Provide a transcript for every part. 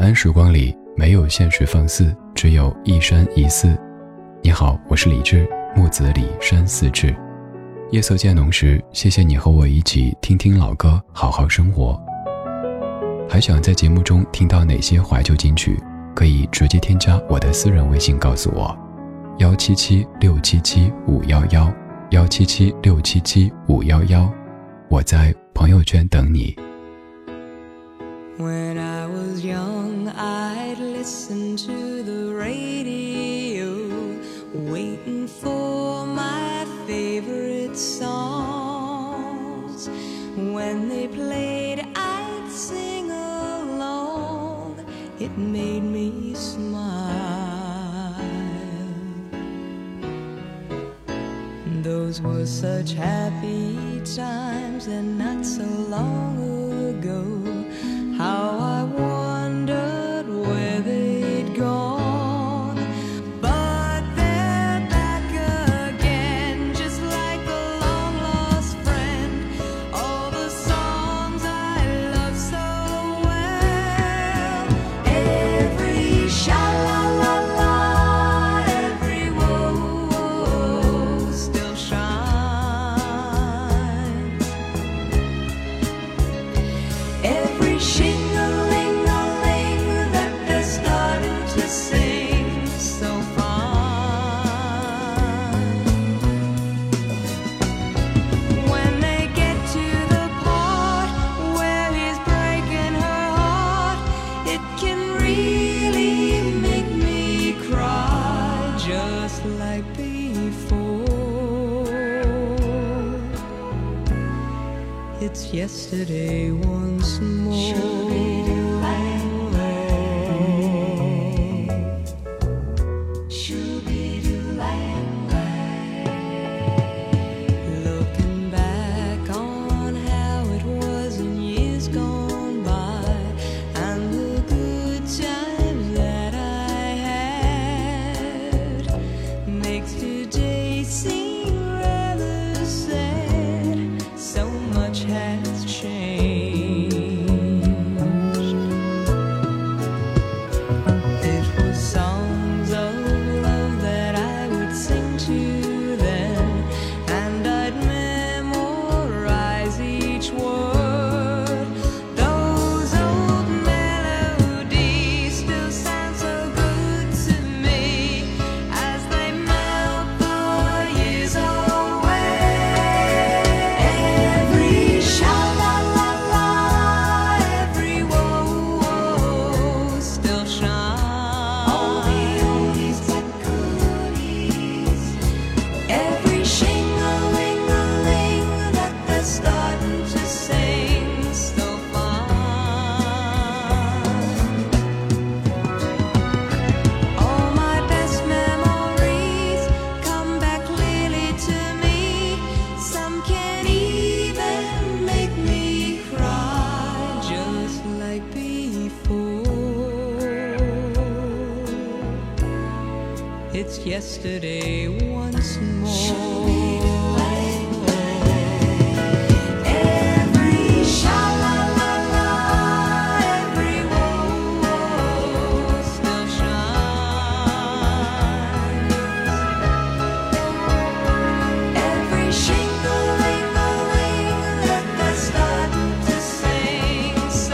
安时光里没有现实放肆，只有一山一寺。你好，我是李志，木子李，山寺志。夜色渐浓时，谢谢你和我一起听听老歌，好好生活。还想在节目中听到哪些怀旧金曲，可以直接添加我的私人微信告诉我，177677511，177677511，我在朋友圈等你。 When I was young, I'd listen to the radio, waiting for my favorite songs. When they played, I'd sing along. It made me smile. Those were such happy times, and not so long ago.How I wondered where they'd gone, but they're back again, just like a long-lost friend. All the songs I love so well, every sha-la-la-la, every whoa-whoa still shines. Every shing-a-ling-a-ling that they're starting to sing so fine. When they get to the part where he's breaking her heart, it can really make me cry, just like before. It's yesterday once more.Looking back on how it was in years gone by, and the good times that I had, makes today seem rather sad. So much has changed.It was songs of love that I would sing to them, and I'd memorize each word. Those old melodies still sound so good to me as they melt the years away. Every sha-la-la-la, every whoa-whoa still shines.Every shing-a-ling-a-ling that they're starting to sing so fine. All my best memories come back clearly to me. Some can even make me cry, just like before.It's yesterday once more.Every sha-la-la-la, every whoa-whoa still shines. Every shing-a-ling-a-ling that they're starting to sing so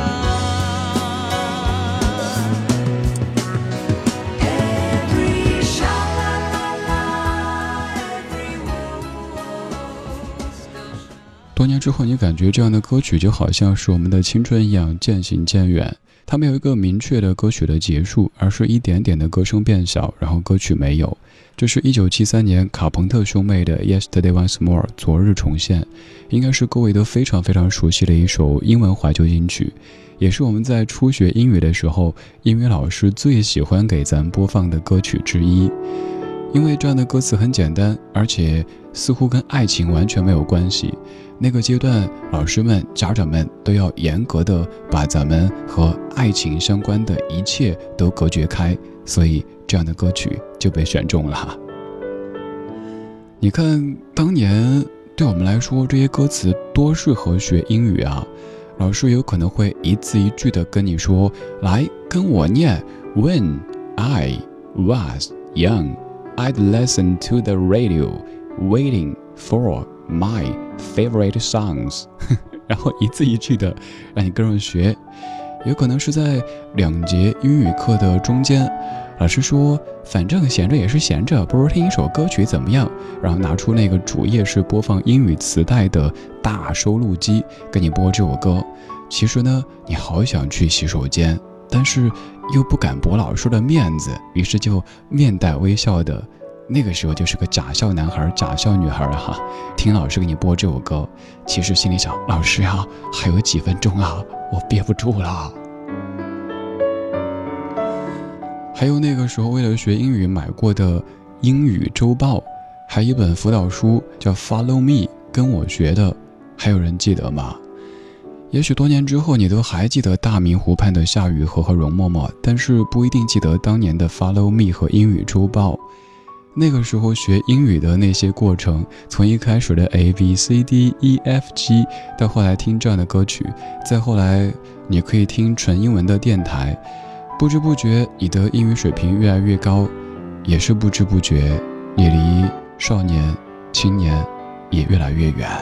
fine.Every sha-la-la-la, every whoa-whoa still shines. 多年之后，你感觉这样的歌曲就好像是我们的青春一样渐行渐远，它没有一个明确的歌曲的结束，而是一点点的歌声变小，然后歌曲没有。这是1973年卡朋特兄妹的 Yesterday Once More 昨日重现，应该是各位都非常非常熟悉的一首英文怀旧金曲，也是我们在初学英语的时候，英语老师最喜欢给咱播放的歌曲之一。因为这样的歌词很简单，而且似乎跟爱情完全没有关系。那个阶段，老师们、家长们都要严格的把咱们和爱情相关的一切都隔绝开，所以这样的歌曲就被选中了。你看，当年对我们来说，这些歌词多适合学英语啊！ 老师有可能会一字一句的跟你说，来跟我念 When I was young, I'd listen to the radio, waiting for my favorite songs 然后一字一句的让你跟着学。有可能是在2节英语课的中间，老师说反正闲着也是闲着，不如听一首歌曲怎么样，然后拿出那个主页是播放英语磁带的大收录机跟你播这首歌。其实呢你好想去洗手间，但是又不敢驳老师的面子，于是就面带微笑的，那个时候就是个假笑男孩假笑女孩哈，听老师给你播这首歌，其实心里想，老师啊还有几分钟啊，我憋不住了。还有那个时候为了学英语买过的英语周报，还有一本辅导书叫 Follow Me 跟我学的，还有人记得吗？也许多年之后你都还记得大明湖畔的夏雨荷和容嬷嬷，但是不一定记得当年的 Follow Me 和英语周报。那个时候学英语的那些过程，从一开始的 ABCDEFG 到后来听这样的歌曲，再后来你可以听纯英文的电台，不知不觉你的英语水平越来越高，也是不知不觉你离少年青年也越来越远。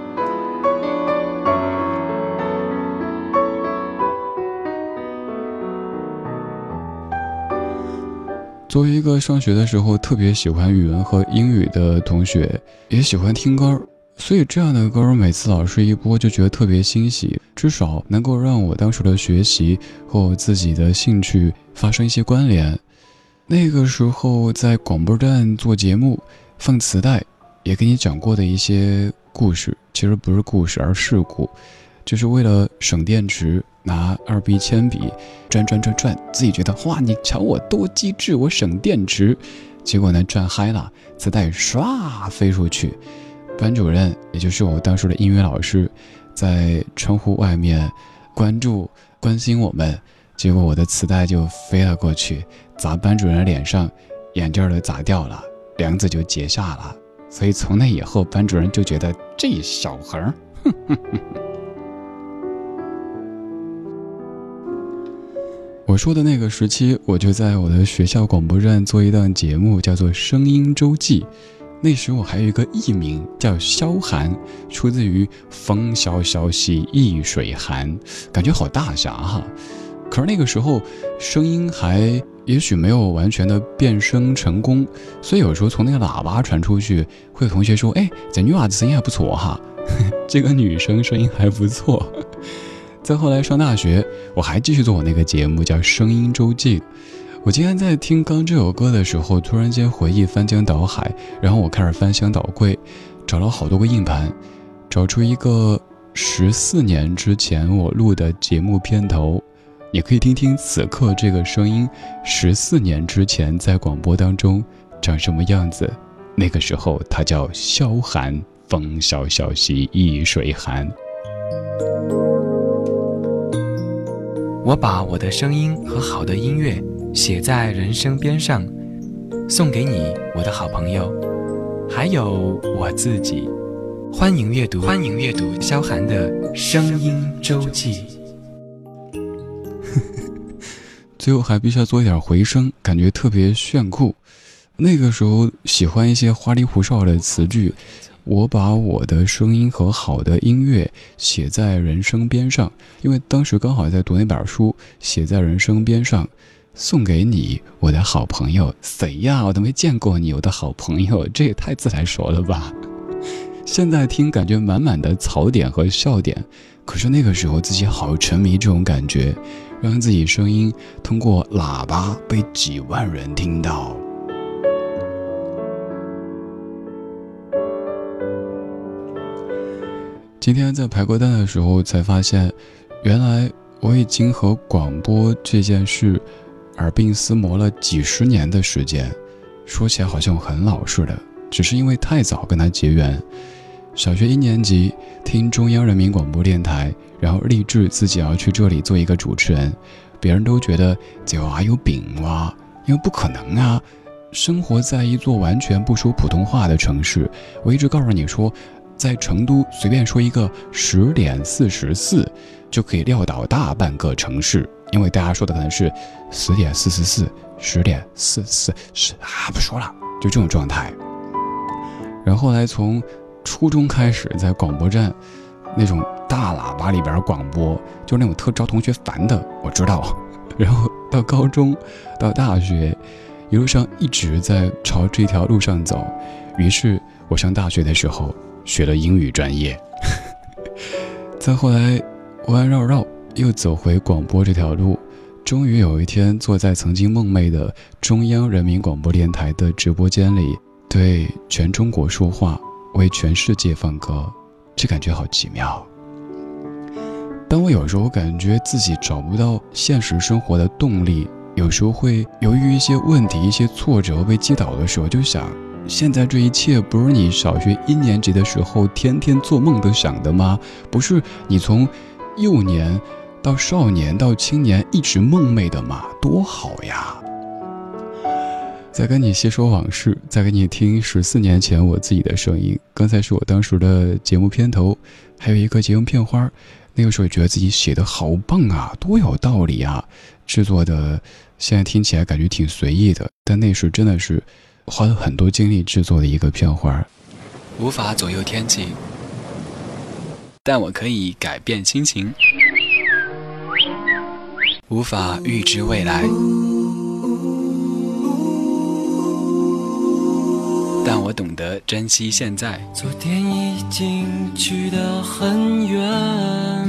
作为一个上学的时候特别喜欢语文和英语的同学，也喜欢听歌，所以这样的歌每次老师一播就觉得特别欣喜，至少能够让我当时的学习和我自己的兴趣发生一些关联。那个时候在广播站做节目放磁带，也给你讲过的一些故事，其实不是故事而事故，就是为了省电池拿2B 铅笔转，自己觉得哇，你瞧我多机智，我省电池。结果呢转嗨了，磁带唰飞出去，班主任也就是我当时的音乐老师在窗户外面关心我们，结果我的磁带就飞了过去，砸班主任脸上，眼镜都砸掉了，梁子就结下了。所以从那以后班主任就觉得这小孩我说的那个时期，我就在我的学校广播站做一档节目，叫做《声音周记》。那时我还有一个艺名叫萧寒，出自于风萧萧兮易水寒，感觉好大侠哈。可是那个时候声音还也许没有完全的变声成功，所以有时候从那个喇叭传出去，会有同学说：“哎，这女娃子声音还不错哈，这个女生声音还不错。”再后来上大学，我还继续做我那个节目叫《声音周记》。我今天在听刚这首歌的时候，突然间回忆翻江倒海，然后我开始翻箱倒柜，找了好多个硬盘，找出一个14年之前我录的节目片头。你可以听听此刻这个声音14年之前在广播当中长什么样子。那个时候它叫萧寒，风萧萧兮易水寒。 我把我的声音和好的音乐写在人生边上，送给你，我的好朋友，还有我自己。欢迎阅读萧寒的声音周记。 最后还必须要做一点回声，感觉特别炫酷。那个时候喜欢一些花里胡哨的词句，我把我的声音和好的音乐写在人生边上，因为当时刚好在读那本书，写在人生边上，送给你，我的好朋友。谁呀？我都没见过你，我的好朋友，这也太自来熟了吧。现在听感觉满满的槽点和笑点，可是那个时候自己好沉迷这种感觉，让自己声音通过喇叭被几万人听到。今天在排歌单的时候才发现，原来我已经和广播这件事耳鬓厮磨了几十年的时间。说起来好像我很老似的，只是因为太早跟他结缘。小学1年级听中央人民广播电台，然后立志自己要去这里做一个主持人，别人都觉得这娃有病哇，因为不可能啊，生活在一座完全不说普通话的城市。我一直告诉你说， 在成都随便说一个10点44就可以撂倒大半个城市，因为大家说的可能是10点44、10点44，不说了，就这种状态。然后来从初中开始，在广播站那种大喇叭里边广播，就是那种特招同学烦的，我知道。然后到高中，到大学，一路上一直在朝这条路上走。于是我上大学的时候学了英语专业，再后来弯弯绕绕又走回广播这条路，终于有一天坐在曾经梦寐的中央人民广播电台的直播间里，对全中国说话，为全世界放歌，这感觉好奇妙。当我有时候感觉自己找不到现实生活的动力，有时候会由于一些问题、一些挫折被击倒的时候，就想，现在这一切不是你小学1年级的时候天天做梦都想的吗？不是你从幼年到少年到青年一直梦寐的吗？多好呀！再跟你细说往事，再给你听14年前我自己的声音。刚才是我当时的节目片头，还有一个节目片花。那个时候也觉得自己写得好棒啊，多有道理啊！制作的现在听起来感觉挺随意的，但那时真的是花了很多精力制作的一个片花。 无法左右天气，但我可以改变心情；无法预知未来，但我懂得珍惜现在。 昨天已经去得很远，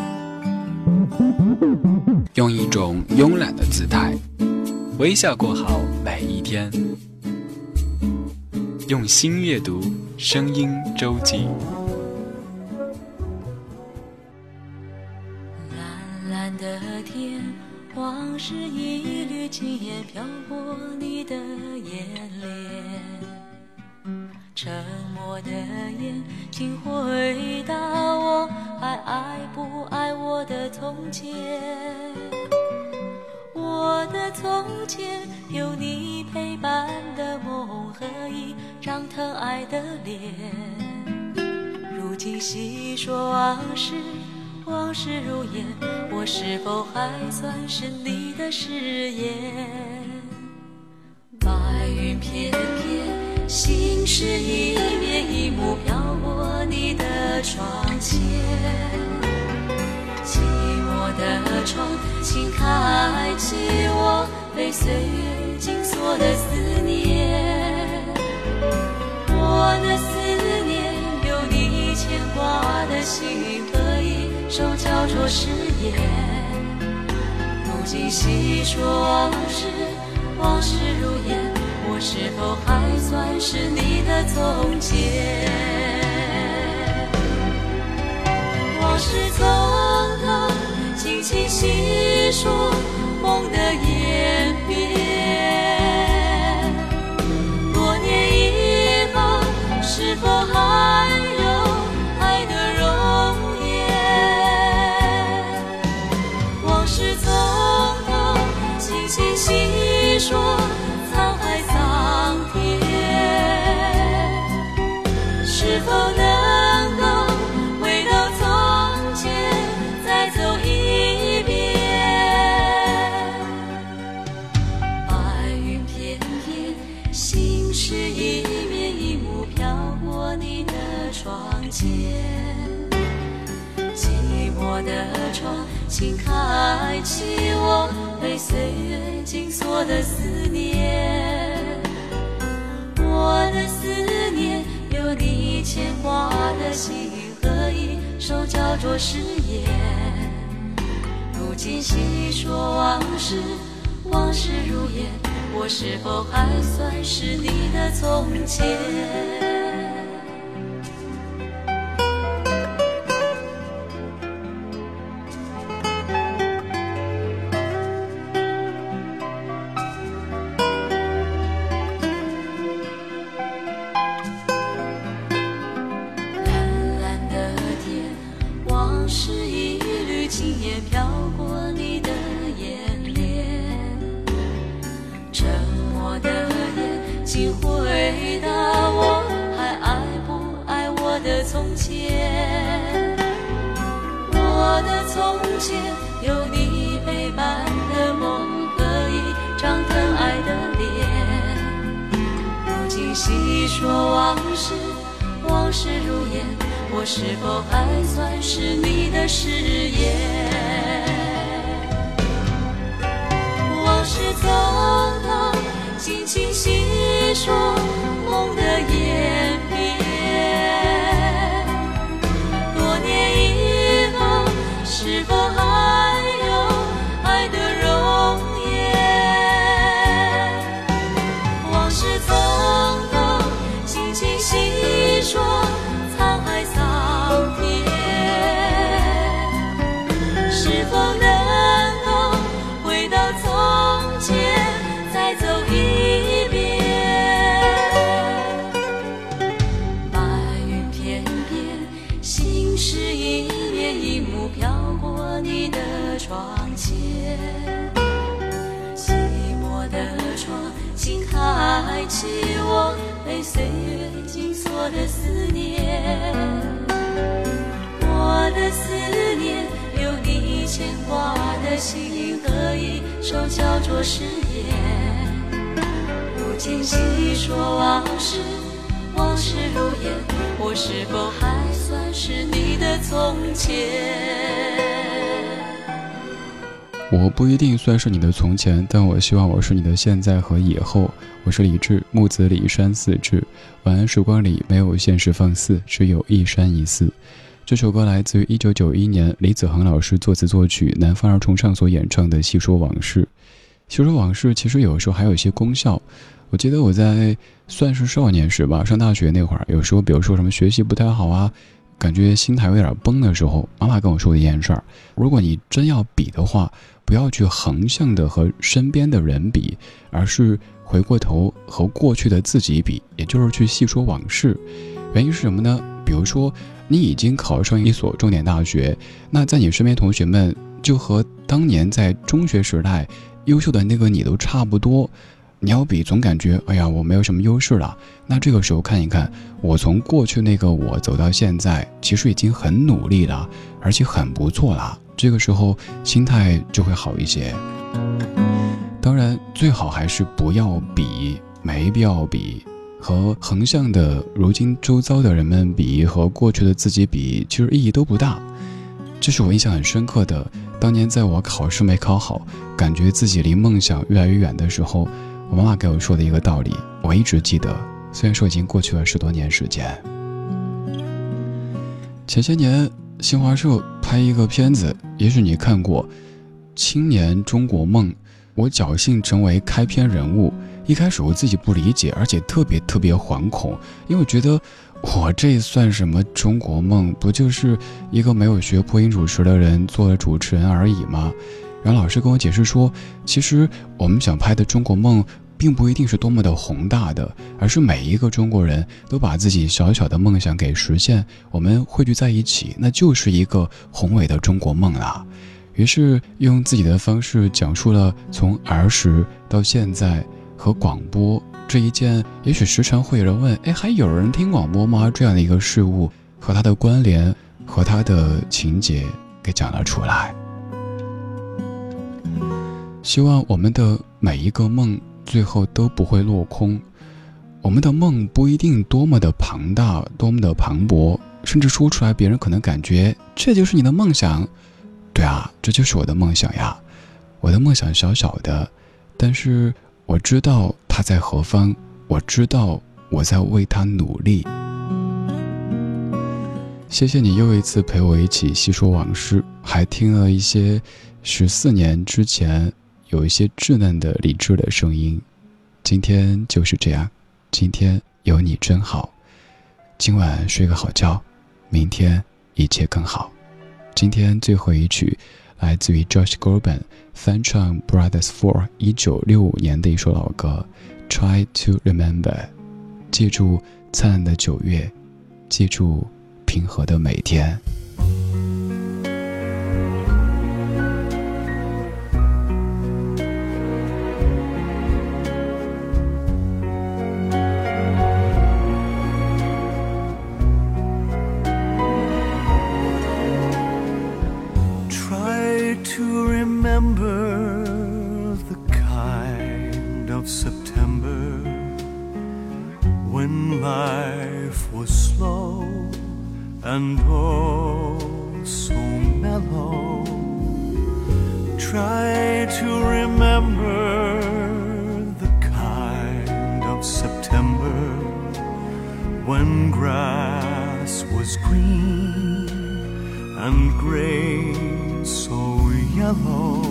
用一种慵懒的姿态，微笑过好每一天。用心阅读声音周记。 蓝蓝的天，往事一缕轻烟飘过你的眼帘。沉默的眼，请回答我，还爱不爱我的从前？我的从前，有你陪伴的梦和一张疼爱的脸。如今细说往事，往事如烟，我是否还算是你的誓言？白云片片，心事一面一幕飘过你的窗前。寂寞的窗，请开启我被岁月紧锁的思念。我的思念，有你牵挂的心和一手交错誓言。如今细说往事，往事如烟，我是否还算是你的从前？往事从头，轻轻细说梦的演变。多年以后，是否还有爱的容颜？往事从头，轻轻细说沧海桑田。是否能够回到从前，再走一遍？白云片片，心事一面一幕飘过你的窗前。寂寞的窗，请开启我被岁月紧锁的思念。我的思念，有你牵挂的心和一手交错誓言。如今细说往事，往事如烟，我是否还算是你的从前？请回答我， 前，有你陪伴的梦和一张疼爱的脸。如今细说往事，往事如烟，我是否还算是你的誓言？往事匆匆，轻轻细说梦的演变。多年以后，是否还有爱的容颜？往事匆匆，轻轻细说沧海桑田。是否能够回到从前，再走一遍？白云片片，心事一年一幕飘过你的窗前。寂寞的窗，请开启我被岁月紧锁的思念。我的思念，有你牵挂的心和一首叫做誓言。如今细说往事，往事如烟，我是否还算是你的从前？ 我不一定算是你的从前，但我希望我是你的现在和以后。我是李志，木子李山寺志。晚安时光里没有现实放肆，只有一山一寺。这首歌来自于1991年李子恒老师作词作曲，南方二重唱所演唱的《细说往事》。细说往事其实有时候还有一些功效。我记得我在算是少年时吧，上大学那会儿，有时候比如说什么学习不太好啊，感觉心态有点崩的时候，妈妈跟我说的一件事儿：如果你真要比的话，不要去横向的和身边的人比，而是回过头和过去的自己比，也就是去细说往事。原因是什么呢？比如说你已经考上一所重点大学，那在你身边同学们就和当年在中学时代优秀的那个你都差不多，你要比总感觉哎呀我没有什么优势了。那这个时候看一看，我从过去那个我走到现在，其实已经很努力了，而且很不错了。这个时候心态就会好一些。当然最好还是不要比，没必要比，和横向的如今周遭的人们比，和过去的自己比，其实意义都不大。这是我印象很深刻的，当年在我考试没考好，感觉自己离梦想越来越远的时候，我妈妈给我说的一个道理，我一直记得，虽然说已经过去了10多年时间。前些年新华社拍一个片子，也许你看过《青年中国梦》，我侥幸成为开篇人物。一开始我自己不理解，而且特别惶恐，因为我觉得我这算什么中国梦，不就是一个没有学播音主持的人做了主持人而已吗？然后老师跟我解释说，其实我们想拍的中国梦并不一定是多么的宏大的，而是每一个中国人都把自己小小的梦想给实现，我们汇聚在一起，那就是一个宏伟的中国梦啦。于是用自己的方式讲述了从儿时到现在和广播这一件也许时常会有人问，还有人听广播吗？这样的一个事物和它的关联和它的情节给讲了出来。希望我们的每一个梦最后都不会落空。我们的梦不一定多么的庞大，多么的磅礴，甚至说出来别人可能感觉这就是你的梦想。对啊，这就是我的梦想呀。我的梦想小小的，但是我知道它在何方，我知道我在为它努力。谢谢你又一次陪我一起细说往事，还听了一些14年之前有一些稚嫩的理智的声音。今天就是这样，今天有你真好。今晚睡个好觉，明天一切更好。今天最后一曲来自于 Josh Groban 翻唱 Brothers 4 1965年的一首老歌 Try to Remember。 记住灿烂的9月，记住平和的每天。 Try of September, when life was slow and oh so mellow. Try to remember the kind of September when grass was green and grain so yellow.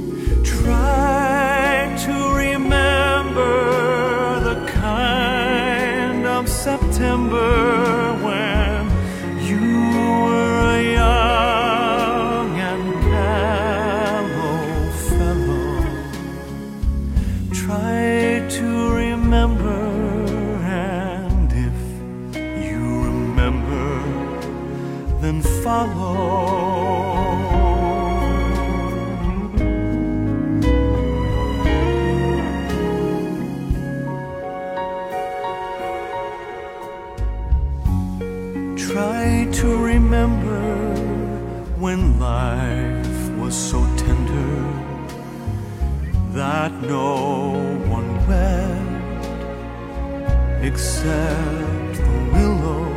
Try to remember the kind of September when you were a young and mellow fellow. Try to remember, and if you remember, then follow. Try to remember when life was so tender that no one wept except the willow.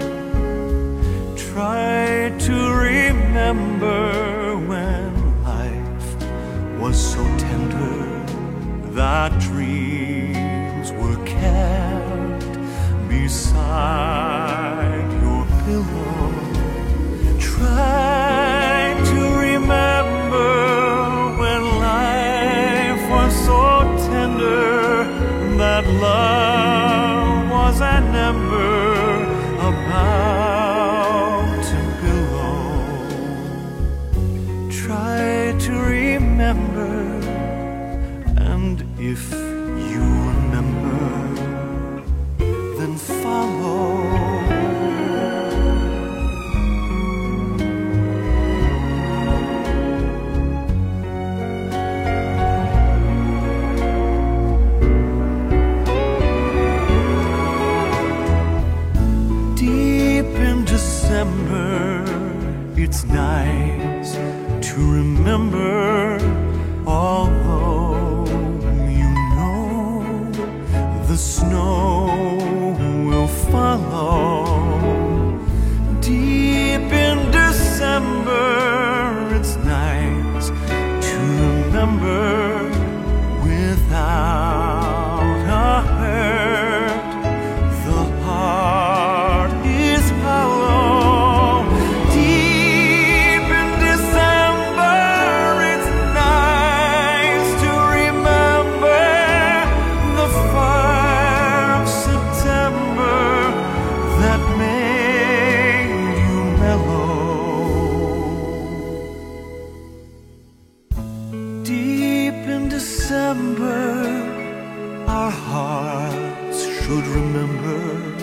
Try to remember when life was so tender that dreams were kept beside your pillow. Try to remember when life was so tender that love was an ember about to billow. Try to remember, and if you remember, then follow. December, it's nice to remember, although you know the snow will follow. Deep in December, it's nice to remember without a hurt. The heart is hollow. Deep in December, it's nice to remember the fire of September that made you mellow. Deep in December, our hearts should remember